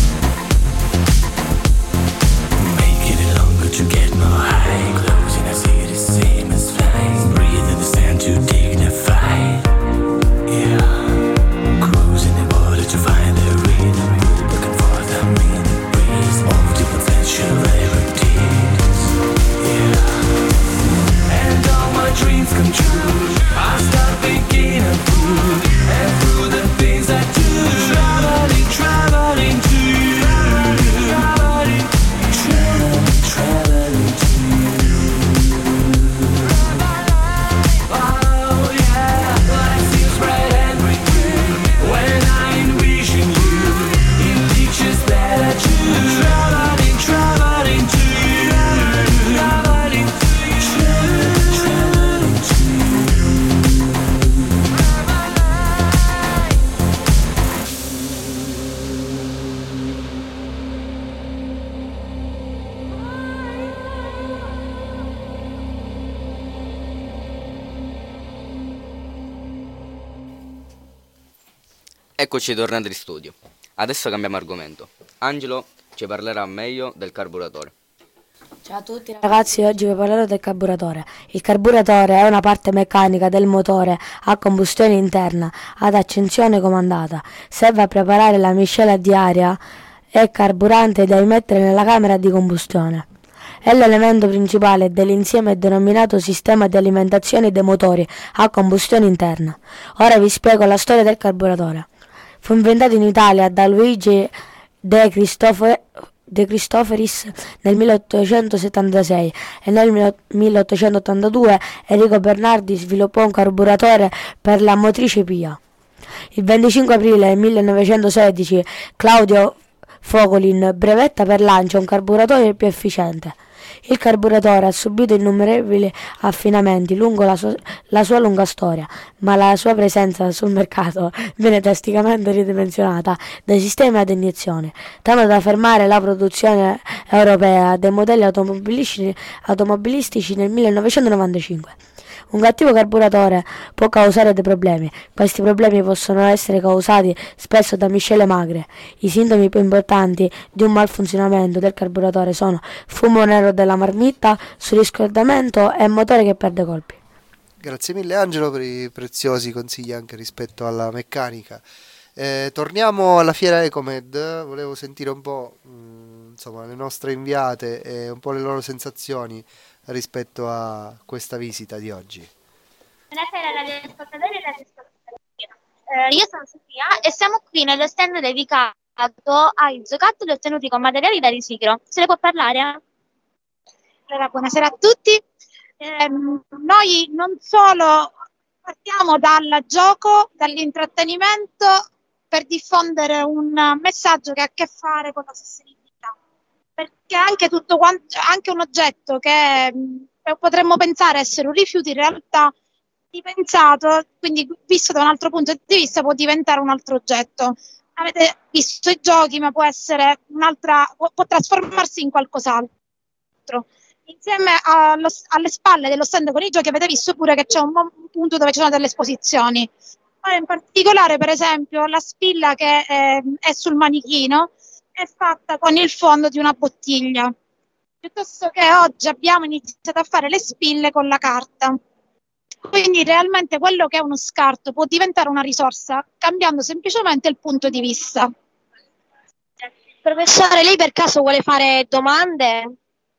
Making it longer to get more high, closing I see the same as flying. Breathing the sand too dignified. Yeah. Cruising in order to find the rhythm, looking for the meaning, breeze of the potential liberties. Yeah, and all my dreams come true. I start thinking of you, and through the things I do, traveling to you, traveling to you. Oh yeah, life seems bright and with you when I envision you in pictures that I choose. Traveling to you, traveling to Eccoci tornati in studio. Adesso cambiamo argomento. Angelo ci parlerà meglio del carburatore. Ciao a tutti ragazzi, oggi vi parlerò del carburatore. Il carburatore è una parte meccanica del motore a combustione interna ad accensione comandata. Serve a preparare la miscela di aria e carburante da immettere nella camera di combustione. È l'elemento principale dell'insieme denominato sistema di alimentazione dei motori a combustione interna. Ora vi spiego la storia del carburatore. Fu inventato in Italia da Luigi De Christoforis nel 1876 e nel 1882 Enrico Bernardi sviluppò un carburatore per la motrice Pia. Il 25 aprile 1916 Claudio Fogolin brevetta per Lancia un carburatore più efficiente. Il carburatore ha subito innumerevoli affinamenti lungo la sua lunga storia, ma la sua presenza sul mercato viene drasticamente ridimensionata dai sistemi ad iniezione, tanto da fermare la produzione europea dei modelli automobilistici nel 1995. Un cattivo carburatore può causare dei problemi. Questi problemi possono essere causati spesso da miscele magre. I sintomi più importanti di un malfunzionamento del carburatore sono fumo nero della marmitta, surriscaldamento e motore che perde colpi. Grazie mille Angelo per i preziosi consigli anche rispetto alla meccanica. Torniamo alla fiera Ecomed. Volevo sentire un po' insomma, le nostre inviate e un po' le loro sensazioni rispetto a questa visita di oggi. Buonasera radioascoltatori e radioascoltatrici. Io sono Sofia e siamo qui nello stand dedicato ai giocattoli ottenuti con materiali da riciclo. Se ne può parlare? Allora, buonasera a tutti. Noi non solo partiamo dal gioco, dall'intrattenimento per diffondere un messaggio che ha a che fare con la sostenibilità. Perché anche tutto quanto, anche un oggetto che potremmo pensare essere un rifiuto, in realtà ripensato, quindi visto da un altro punto di vista, può diventare un altro oggetto. Avete visto i giochi, ma può essere può trasformarsi in qualcos'altro. Insieme alle spalle dello stand con i giochi avete visto pure che c'è un punto dove ci sono delle esposizioni. In particolare, per esempio, la spilla che è sul manichino è fatta con il fondo di una bottiglia, piuttosto che oggi abbiamo iniziato a fare le spille con la carta. Quindi realmente quello che è uno scarto può diventare una risorsa cambiando semplicemente il punto di vista. Professore, lei per caso vuole fare domande?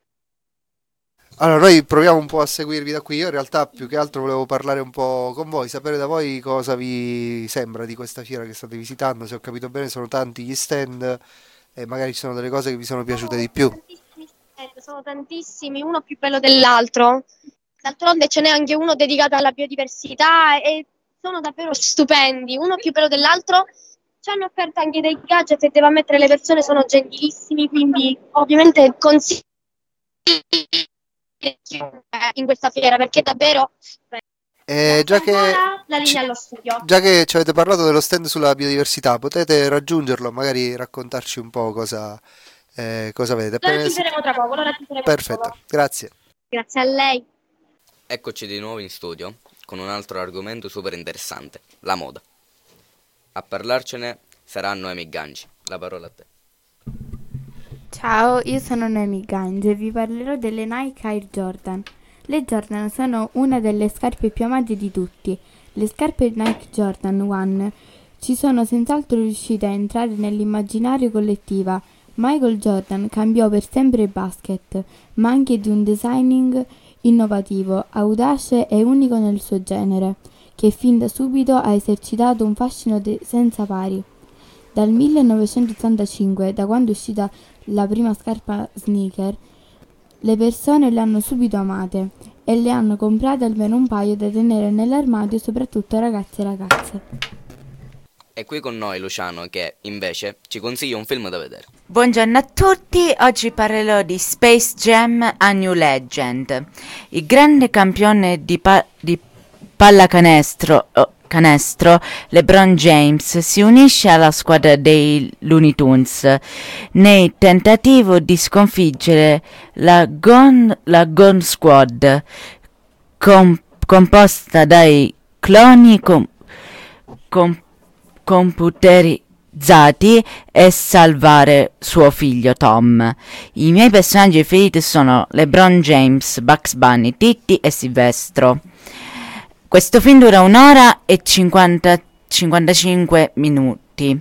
Allora, noi proviamo un po' a seguirvi da qui. Io in realtà più che altro volevo parlare un po' con voi, sapere da voi cosa vi sembra di questa fiera che state visitando. Se ho capito bene sono tanti gli stand e magari ci sono delle cose che vi sono piaciute di più. sono tantissimi, uno più bello dell'altro. D'altronde ce n'è anche uno dedicato alla biodiversità e sono davvero stupendi, uno più bello dell'altro. Ci hanno offerto anche dei gadget e devo ammettere le persone sono gentilissimi, quindi ovviamente consiglio in questa fiera perché davvero Già che la linea allo studio. ci avete parlato dello stand sulla biodiversità, potete raggiungerlo, magari raccontarci un po' cosa vedete. Lo raggiungeremo tra poco, Perfetto, grazie. Grazie a lei. Eccoci di nuovo in studio con un altro argomento super interessante, la moda. A parlarcene sarà Noemi Gangi. La parola a te. Ciao, io sono Noemi Gangi e vi parlerò delle Nike Air Jordan. Le Jordan sono una delle scarpe più amate di tutti. Le scarpe Nike Jordan 1 ci sono senz'altro riuscite a entrare nell'immaginario collettivo. Michael Jordan cambiò per sempre il basket, ma anche di un designing innovativo, audace e unico nel suo genere, che fin da subito ha esercitato un fascino senza pari. Dal 1985, da quando è uscita la prima scarpa sneaker, le persone le hanno subito amate e le hanno comprate almeno un paio da tenere nell'armadio, soprattutto ragazzi e ragazze. È qui con noi Luciano che invece ci consiglia un film da vedere. Buongiorno a tutti, oggi parlerò di Space Jam: A New Legend. Il grande campione di pallacanestro LeBron James si unisce alla squadra dei Looney Tunes nel tentativo di sconfiggere la Gone Squad, composta dai cloni computerizzati, e salvare suo figlio Tom. I miei personaggi preferiti sono LeBron James, Bugs Bunny, Titti e Silvestro. Questo film dura 1 ora e 55 minuti.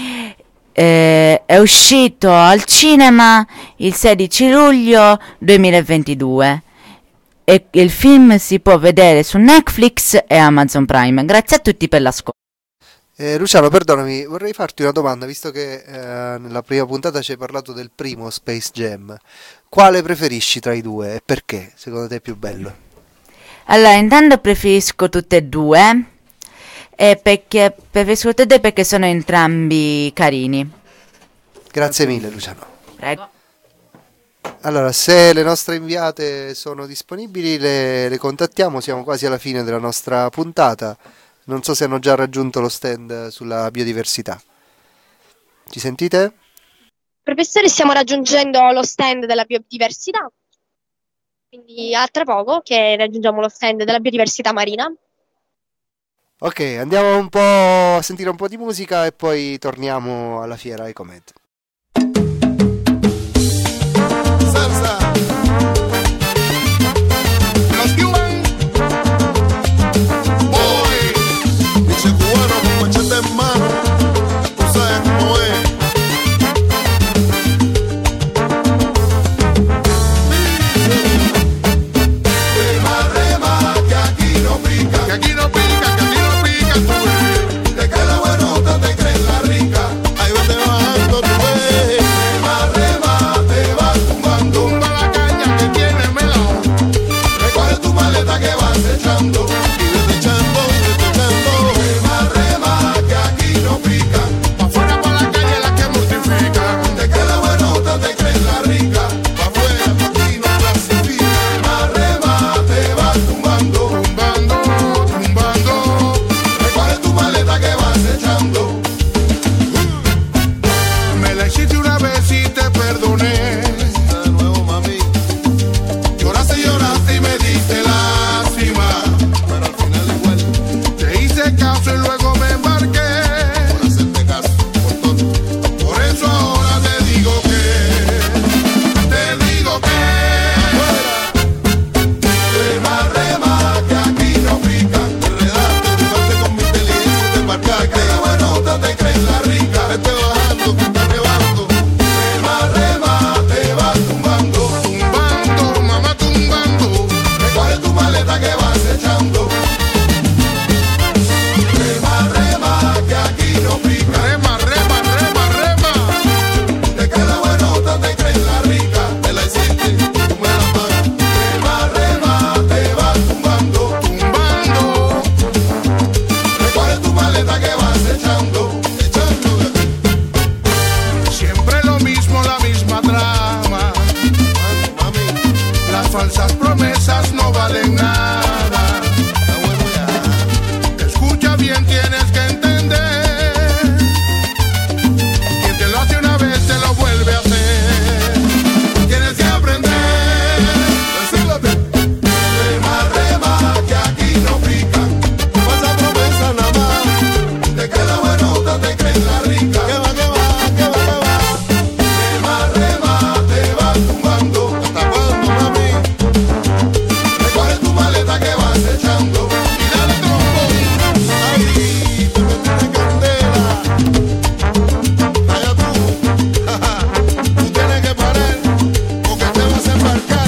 È uscito al cinema il 16 luglio 2022 e il film si può vedere su Netflix e Amazon Prime. Grazie a tutti per l'ascolto. Luciano, perdonami, vorrei farti una domanda, visto che nella prima puntata ci hai parlato del primo Space Jam. Quale preferisci tra i due e perché? Secondo te è più bello? Allora, intanto preferisco tutte e due, perché sono entrambi carini. Grazie mille, Luciano. Prego. Allora, se le nostre inviate sono disponibili, le contattiamo, siamo quasi alla fine della nostra puntata. Non so se hanno già raggiunto lo stand sulla biodiversità. Ci sentite? Professore, stiamo raggiungendo lo stand della biodiversità. Quindi a tra poco che raggiungiamo lo stand della biodiversità marina. Ok, andiamo un po' a sentire un po' di musica e poi torniamo alla fiera Ecomed. Aquí no pica, tú. De que la buenota te crees la rica. Ahí va te bajando tú. falsas promesas no valen nada. Escucha bien, tienes que entender. Quien te lo hace una vez te lo vuelve a hacer. Tienes que aprender. Recíclate. Rema, que aquí no pican. Falsa promesa nada más. Te queda buenota, te crees la rica. Que va, que va, que va, que va. Rema, te vas tumbando. ¿Hasta cuándo, mami? Recoge tu maleta que vas echando. Y dale trompo. Ay, te metiste candela. Allá tú tienes que parar porque te vas a embarcar.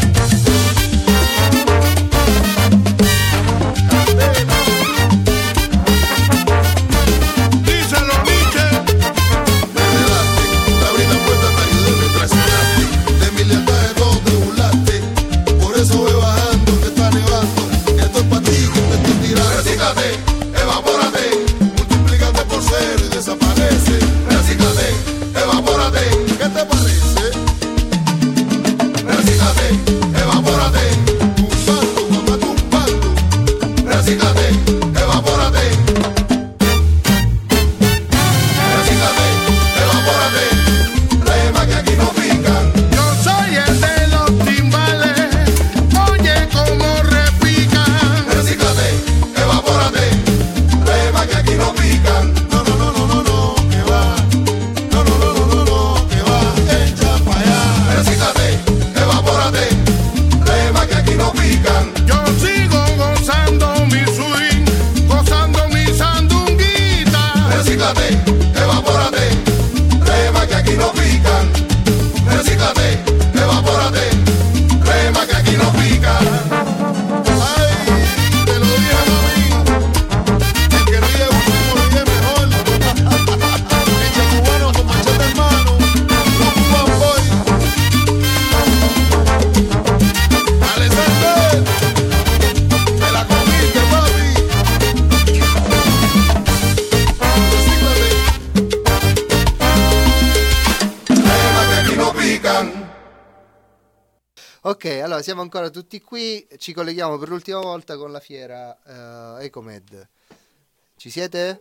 Díselo, Nietzsche. Te enredaste, la brida puesta te ayudé mientras cenaste. De mi lealtad de todo te burlaste. Por eso voy bajando que está nevando. Esto es para ti que te estoy tirando. Recíclate, evapórate, multiplícate por cero y desaparece. Recíclate, evapórate, ¿qué te parece? Recíclate, evapórate, tumbando, mamá tumbando. Recíclate, evapórate. Recíclate, evapórate. Rema que aquí no pican. Yo soy el de los timbales. Oye cómo repican. Recíclate, evapórate. Rema que aquí no pican. No, no, no, no, no, no, que va. No, no, no, no, no, no, que va. Echa pa' allá. Recíclate, evapórate. Rema que aquí no pican. Yo sigo gozando mi swing, gozando mi sandunguita. Recíclate, evapórate. Rema que aquí no pican. Recíclate, evapórate. Rema que aquí no pican. Ay, te lo dije, mami. El que ríe último ríe mejor. Echa cubano con machete en mano. Los Cuban Boys. Alexander, te la comiste, papi. Recíclate. Rema che chi non pican. Ok, allora siamo ancora tutti qui, ci colleghiamo per l'ultima volta con la fiera Ecomed. Ci siete?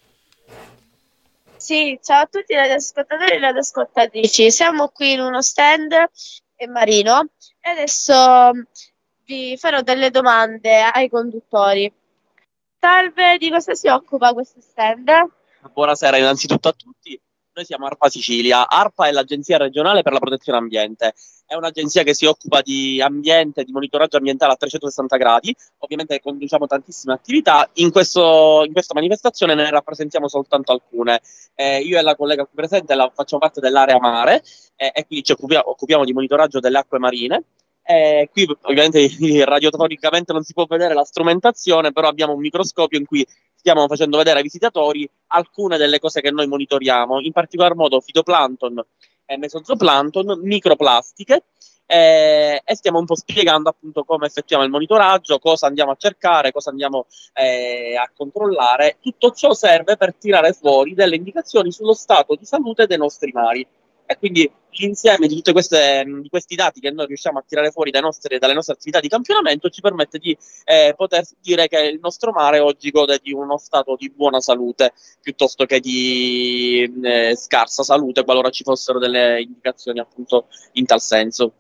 Sì, ciao a tutti gli ascoltatori e le ascoltatrici. Siamo qui in uno stand in Marino e adesso vi farò delle domande ai conduttori. Salve, di cosa si occupa questo stand? Buonasera innanzitutto a tutti. Noi siamo ARPA Sicilia. ARPA è l'Agenzia regionale per la protezione ambiente. È un'agenzia che si occupa di ambiente, di monitoraggio ambientale a 360 gradi. Ovviamente conduciamo tantissime attività. In questa manifestazione ne rappresentiamo soltanto alcune. Io e la collega qui presente facciamo parte dell'area mare e quindi ci occupiamo di monitoraggio delle acque marine. Qui ovviamente radiofonicamente non si può vedere la strumentazione, però abbiamo un microscopio in cui stiamo facendo vedere ai visitatori alcune delle cose che noi monitoriamo, in particolar modo fitoplancton e mesozooplancton, microplastiche, e stiamo un po' spiegando appunto come effettuiamo il monitoraggio, cosa andiamo a cercare, cosa andiamo a controllare. Tutto ciò serve per tirare fuori delle indicazioni sullo stato di salute dei nostri mari. E quindi l'insieme di tutti questi dati che noi riusciamo a tirare fuori dalle nostre attività di campionamento ci permette di poter dire che il nostro mare oggi gode di uno stato di buona salute piuttosto che di scarsa salute, qualora ci fossero delle indicazioni appunto in tal senso.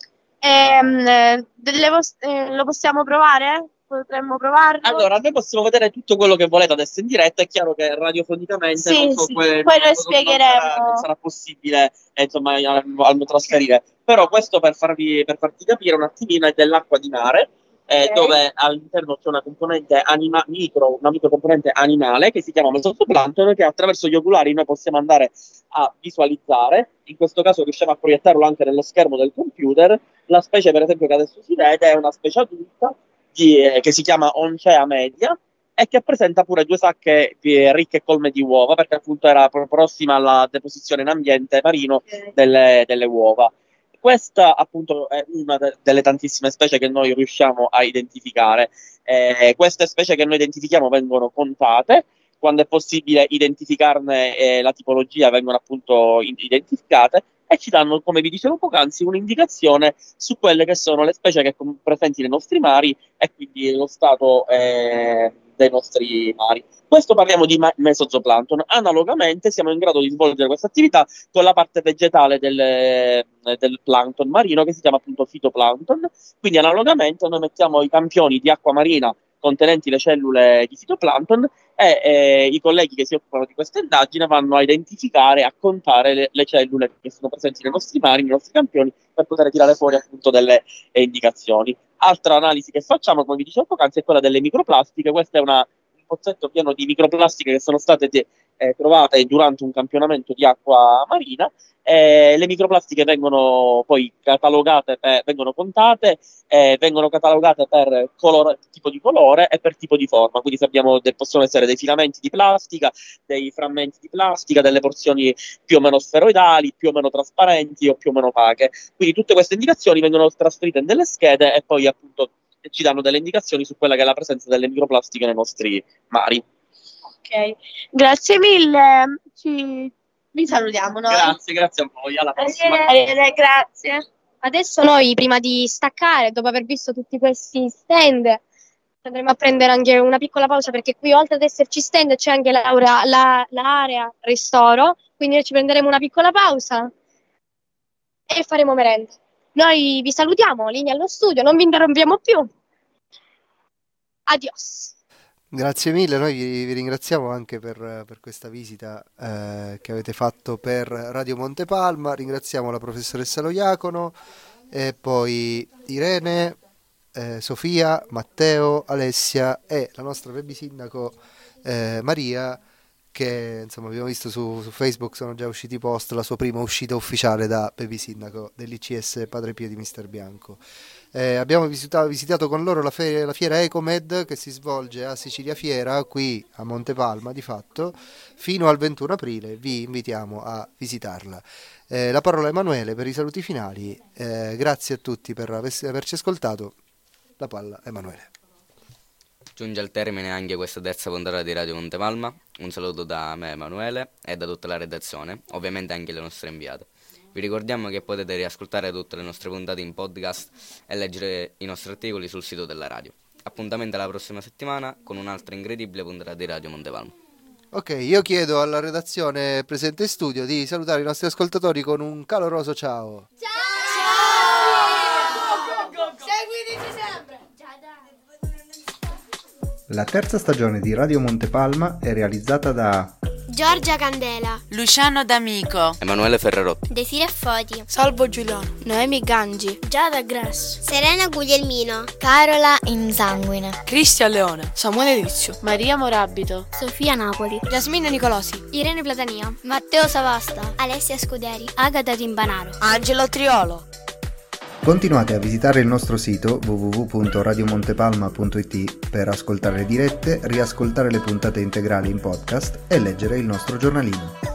Lo possiamo provare? Potremmo provarlo? Allora, noi possiamo vedere tutto quello che volete adesso in diretta. È chiaro che radiofonicamente poi lo spiegheremo. Non sarà possibile insomma al trasferire. Però questo per farvi capire un attimino è dell'acqua di mare, dove all'interno c'è una componente una microcomponente animale che si chiama mesozooplancton, che attraverso gli oculari noi possiamo andare a visualizzare. In questo caso riusciamo a proiettarlo anche nello schermo del computer. La specie per esempio che adesso si vede è una specie adulta che si chiama Oncea media e che presenta pure 2 sacche ricche e colme di uova, perché appunto era prossima alla deposizione in ambiente marino delle uova. Questa appunto è una delle tantissime specie che noi riusciamo a identificare. Queste specie che noi identifichiamo vengono contate, quando è possibile identificarne la tipologia vengono appunto identificate, e ci danno, come vi dicevo poc'anzi, un'indicazione su quelle che sono le specie che sono presenti nei nostri mari e quindi lo stato dei nostri mari. Questo parliamo di mesozooplancton. Analogamente siamo in grado di svolgere questa attività con la parte vegetale del plancton marino, che si chiama appunto fitoplancton. Quindi analogamente noi mettiamo i campioni di acqua marina contenenti le cellule di fitoplancton e i colleghi che si occupano di questa indagine vanno a identificare, a contare le cellule che sono presenti nei nostri mari, nei nostri campioni, per poter tirare fuori appunto delle indicazioni. Altra analisi che facciamo, come vi dicevo poc'anzi, è quella delle microplastiche. Questo è un pozzetto pieno di microplastiche che sono state trovate durante un campionamento di acqua marina. Le microplastiche vengono poi catalogate, vengono contate, vengono catalogate per tipo di colore e per tipo di forma. Quindi possono essere dei filamenti di plastica, dei frammenti di plastica, delle porzioni più o meno sferoidali, più o meno trasparenti o più o meno opache. Quindi tutte queste indicazioni vengono trasferite in delle schede e poi appunto ci danno delle indicazioni su quella che è la presenza delle microplastiche nei nostri mari. Ok, grazie mille. Vi salutiamo. Noi. Grazie a voi. Alla prossima. Grazie. Adesso noi, prima di staccare, dopo aver visto tutti questi stand, andremo a prendere anche una piccola pausa, perché qui oltre ad esserci stand c'è anche l'area ristoro, quindi noi ci prenderemo una piccola pausa e faremo merenda. Noi vi salutiamo, linea allo studio, non vi interrompiamo più. Adios. Grazie mille, noi vi ringraziamo anche per questa visita che avete fatto per Radio Montepalma. Ringraziamo la professoressa Loiacono e poi Irene, Sofia, Matteo, Alessia e la nostra baby sindaco Maria, che insomma abbiamo visto su Facebook, sono già usciti i post, la sua prima uscita ufficiale da baby sindaco dell'ICS Padre Pio di Mister Bianco. Abbiamo visitato con loro la fiera Ecomed, che si svolge a Sicilia Fiera, qui a Montepalma di fatto, fino al 21 aprile. Vi invitiamo a visitarla. La parola a Emanuele per i saluti finali. Grazie a tutti per averci ascoltato. La palla a Emanuele. Giunge al termine anche questa terza puntata di Radio Montepalma. Un saluto da me, Emanuele, e da tutta la redazione, ovviamente anche le nostre inviate. Vi ricordiamo che potete riascoltare tutte le nostre puntate in podcast e leggere i nostri articoli sul sito della radio. Appuntamento alla prossima settimana con un'altra incredibile puntata di Radio Montepalma. Ok, io chiedo alla redazione presente in studio di salutare i nostri ascoltatori con un caloroso ciao. Seguiteci sempre. La terza stagione di Radio Montepalma è realizzata da Giorgia Candela, Luciano D'Amico, Emanuele Ferrarotti, Desiree Foti, Salvo Giuliano, Noemi Gangi, Giada Grass, Serena Guglielmino, Carola Insanguine, Cristian Leone, Samuele Rizio, Maria Morabito, Sofia Napoli, Jasmine Nicolosi, Irene Platania, Matteo Savasta, Alessia Scuderi, Agata Timpanaro, Angelo Triolo. Continuate a visitare il nostro sito www.radiomontepalma.it per ascoltare le dirette, riascoltare le puntate integrali in podcast e leggere il nostro giornalino.